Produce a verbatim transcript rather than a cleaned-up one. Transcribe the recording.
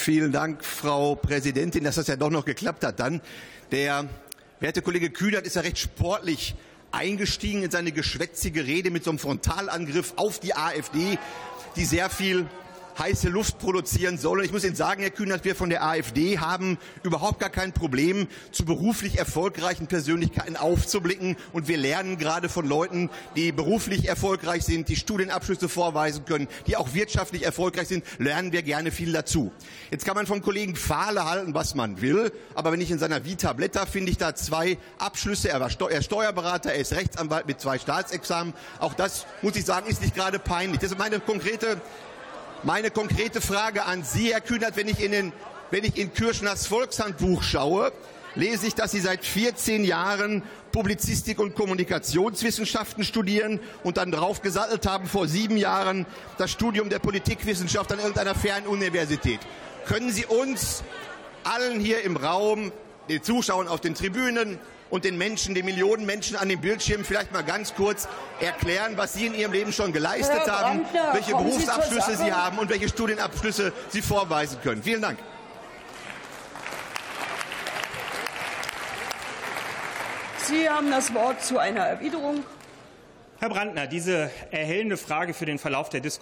Vielen Dank, Frau Präsidentin, dass das ja doch noch geklappt hat dann. Der werte Kollege Kühnert ist ja recht sportlich eingestiegen in seine geschwätzige Rede mit so einem Frontalangriff auf die AfD, die sehr viel heiße Luft produzieren soll. Und ich muss Ihnen sagen, Herr Kühnert, wir von der AfD haben überhaupt gar kein Problem, zu beruflich erfolgreichen Persönlichkeiten aufzublicken. Und wir lernen gerade von Leuten, die beruflich erfolgreich sind, die Studienabschlüsse vorweisen können, die auch wirtschaftlich erfolgreich sind, lernen wir gerne viel dazu. Jetzt kann man vom Kollegen Fahle halten, was man will. Aber wenn ich in seiner Vita blätter, finde ich da zwei Abschlüsse. Er war Steu- er ist Steuerberater, er ist Rechtsanwalt mit zwei Staatsexamen. Auch das, muss ich sagen, ist nicht gerade peinlich. Das ist meine konkrete Meine konkrete Frage an Sie, Herr Kühnert, wenn ich in, den, wenn ich in Kürschners Volkshandbuch schaue, lese ich, dass Sie seit vierzehn Jahren Publizistik und Kommunikationswissenschaften studieren und dann drauf gesattelt haben vor sieben Jahren das Studium der Politikwissenschaft an irgendeiner Fernuniversität. Können Sie uns allen hier im Raum, den Zuschauern auf den Tribünen und den Menschen, den Millionen Menschen an den Bildschirmen vielleicht mal ganz kurz erklären, was Sie in Ihrem Leben schon geleistet Herr haben, Brandner, welche kommen Sie zur Berufsabschlüsse Sache? Sie haben und welche Studienabschlüsse Sie vorweisen können. Vielen Dank. Sie haben das Wort zu einer Erwiderung. Herr Brandner, diese erhellende Frage für den Verlauf der Diskussion